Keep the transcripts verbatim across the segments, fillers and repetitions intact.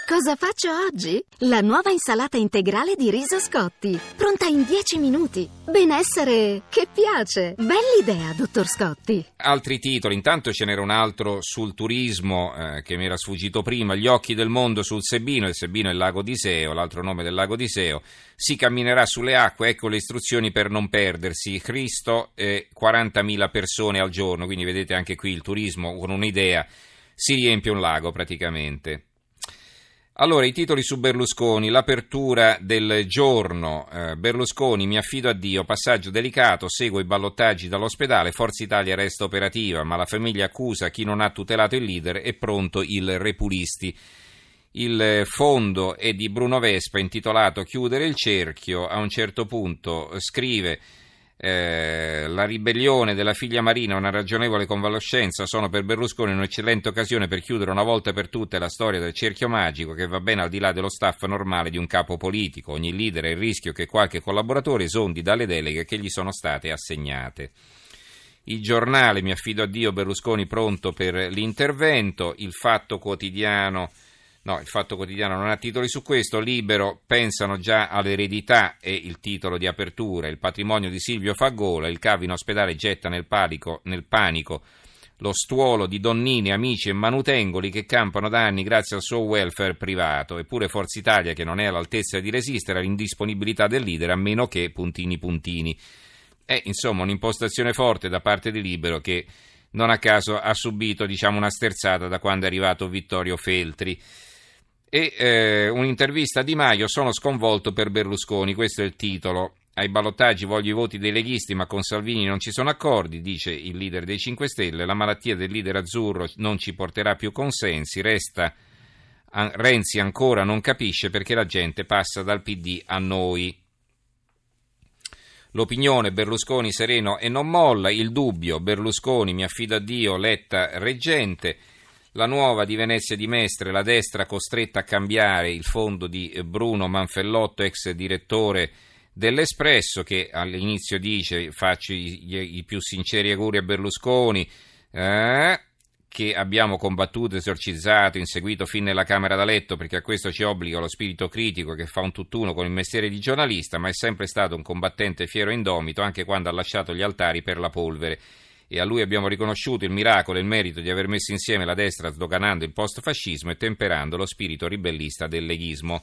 Cosa faccio oggi? La nuova insalata integrale di riso Scotti, pronta in dieci minuti. Benessere che piace. Bell'idea, dottor Scotti. Altri titoli, intanto ce n'era un altro sul turismo eh, che mi era sfuggito prima, gli occhi del mondo sul Sebbino, il Sebbino è il lago di Seo, l'altro nome del lago di Seo, si camminerà sulle acque, ecco le istruzioni per non perdersi, Cristo e quarantamila persone al giorno, quindi vedete anche qui il turismo con un'idea si riempie un lago praticamente. Allora, i titoli su Berlusconi, l'apertura del giorno, eh, Berlusconi mi affido a Dio, passaggio delicato, seguo i ballottaggi dall'ospedale, Forza Italia resta operativa, ma la famiglia accusa chi non ha tutelato il leader e pronto il Repulisti. Il fondo è di Bruno Vespa intitolato Chiudere il cerchio, a un certo punto scrive Eh, la ribellione della figlia Marina, una ragionevole convalescenza, sono per Berlusconi un'eccellente occasione per chiudere una volta per tutte la storia del cerchio magico che va ben al di là dello staff normale di un capo politico. Ogni leader è il rischio che qualche collaboratore esondi dalle deleghe che gli sono state assegnate. Il Giornale, mi affido a Dio, Berlusconi pronto per l'intervento. Il Fatto Quotidiano No, il Fatto Quotidiano non ha titoli su questo. Libero, pensano già all'eredità, è il titolo di apertura. Il patrimonio di Silvio fa gola, il cavo in ospedale getta nel, panico, nel panico lo stuolo di donnine, amici e manutengoli che campano da anni grazie al suo welfare privato. Eppure Forza Italia, che non è all'altezza di resistere all'indisponibilità del leader, a meno che puntini puntini. È insomma un'impostazione forte da parte di Libero, che non a caso ha subito, diciamo, una sterzata da quando è arrivato Vittorio Feltri. E eh, un'intervista a Di Maio, sono sconvolto per Berlusconi, questo è il titolo. Ai ballottaggi voglio i voti dei leghisti, ma con Salvini non ci sono accordi, dice il leader dei cinque Stelle. La malattia del leader azzurro non ci porterà più consensi, resta a, Renzi ancora non capisce perché la gente passa dal P D a noi. L'opinione, Berlusconi sereno e non molla. Il Dubbio, Berlusconi mi affido a Dio, Letta reggente. La Nuova di Venezia di Mestre, la destra costretta a cambiare, il fondo di Bruno Manfellotto, ex direttore dell'Espresso, che all'inizio dice faccio i, i più sinceri auguri a Berlusconi, eh, che abbiamo combattuto, esorcizzato, inseguito fin nella camera da letto, perché a questo ci obbliga lo spirito critico che fa un tutt'uno con il mestiere di giornalista, ma è sempre stato un combattente fiero e indomito anche quando ha lasciato gli altari per la polvere. E a lui abbiamo riconosciuto il miracolo e il merito di aver messo insieme la destra sdoganando il post-fascismo e temperando lo spirito ribellista del leghismo.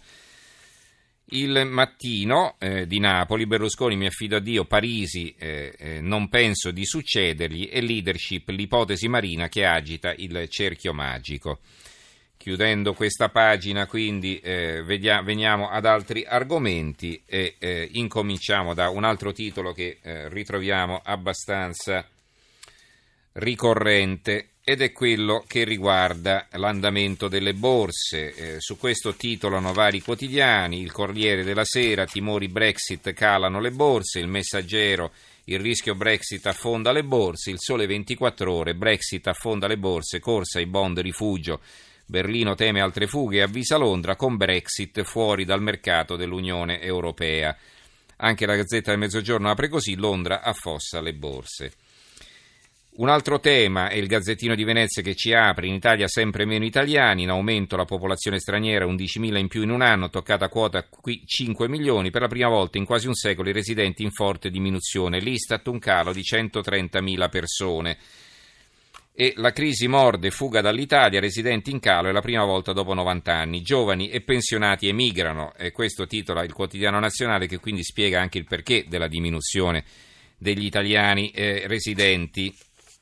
Il Mattino eh, di Napoli, Berlusconi mi affido a Dio, Parisi eh, eh, non penso di succedergli e leadership, l'ipotesi Marina che agita il cerchio magico. Chiudendo questa pagina, quindi eh, vediamo, veniamo ad altri argomenti e eh, incominciamo da un altro titolo che eh, ritroviamo abbastanza ricorrente ed è quello che riguarda l'andamento delle borse. Eh, su questo titolano vari quotidiani, il Corriere della Sera, timori Brexit calano le borse, il Messaggero, il rischio Brexit affonda le borse, il Sole ventiquattro Ore, Brexit affonda le borse, corsa ai bond rifugio, Berlino teme altre fughe e avvisa Londra, con Brexit fuori dal mercato dell'Unione Europea. Anche la Gazzetta del Mezzogiorno apre così, Londra affossa le borse. Un altro tema è il Gazzettino di Venezia che ci apre, in Italia sempre meno italiani, in aumento la popolazione straniera, undicimila in più in un anno, toccata quota qui cinque milioni, per la prima volta in quasi un secolo i residenti in forte diminuzione, l'Istat un calo di centotrentamila persone. E la crisi morde, fuga dall'Italia, residenti in calo, è la prima volta dopo novanta anni, giovani e pensionati emigrano, e questo titola il Quotidiano Nazionale che quindi spiega anche il perché della diminuzione degli italiani eh, residenti.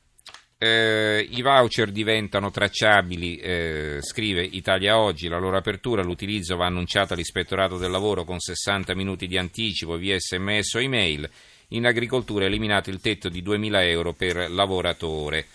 Eh, I voucher diventano tracciabili, eh, scrive Italia Oggi, la loro apertura, l'utilizzo va annunciato all'Ispettorato del Lavoro con sessanta minuti di anticipo via sms o email. In agricoltura è eliminato il tetto di duemila euro per lavoratore.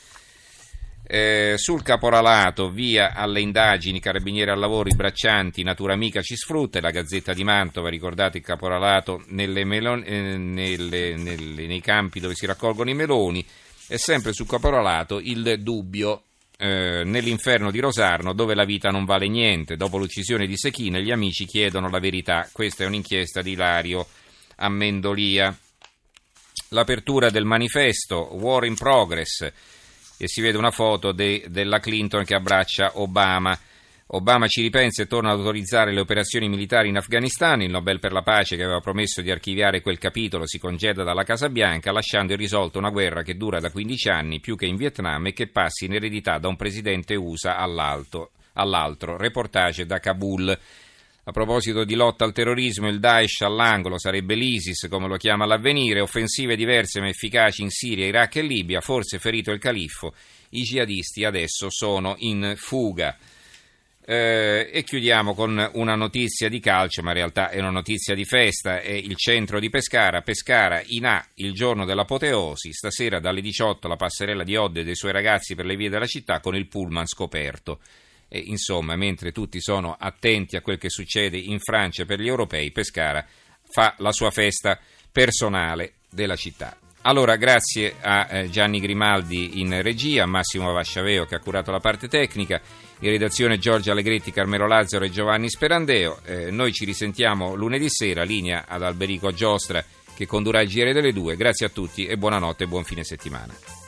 Eh, sul caporalato, via alle indagini, carabinieri al lavoro, i braccianti, natura amica ci sfrutta, e la Gazzetta di Mantova, ricordate il caporalato nelle melon- eh, nelle, nelle, nei campi dove si raccolgono i meloni. E sempre sul caporalato il Dubbio, eh, nell'inferno di Rosarno dove la vita non vale niente, dopo l'uccisione di Sechina gli amici chiedono la verità, questa è un'inchiesta di Ilario Amendolia. L'apertura del manifesto, War in Progress, e si vede una foto de, della Clinton che abbraccia Obama. Obama ci ripensa e torna ad autorizzare le operazioni militari in Afghanistan. Il Nobel per la pace, che aveva promesso di archiviare quel capitolo, si congeda dalla Casa Bianca, lasciando irrisolta una guerra che dura da quindici anni, più che in Vietnam, e che passi in eredità da un presidente U S A all'alto, all'altro. Reportage da Kabul. A proposito di lotta al terrorismo, il Daesh all'angolo, sarebbe l'ISIS, come lo chiama l'Avvenire, offensive diverse ma efficaci in Siria, Iraq e Libia, forse ferito il califfo, i jihadisti adesso sono in fuga. Eh, e chiudiamo con una notizia di calcio, ma in realtà è una notizia di festa. È il centro di Pescara, Pescara in A, il giorno dell'apoteosi, stasera dalle diciotto la passerella di Odde e dei suoi ragazzi per le vie della città con il pullman scoperto. E insomma, mentre tutti sono attenti a quel che succede in Francia per gli europei, Pescara fa la sua festa personale della città. Allora, grazie a eh, Gianni Grimaldi in regia, a Massimo Vasciaveo che ha curato la parte tecnica, in redazione Giorgio Allegretti, Carmelo Lazzaro e Giovanni Sperandeo. Eh, noi ci risentiamo lunedì sera, linea ad Alberico Giostra che condurrà il G R delle due. Grazie a tutti e buonanotte e buon fine settimana.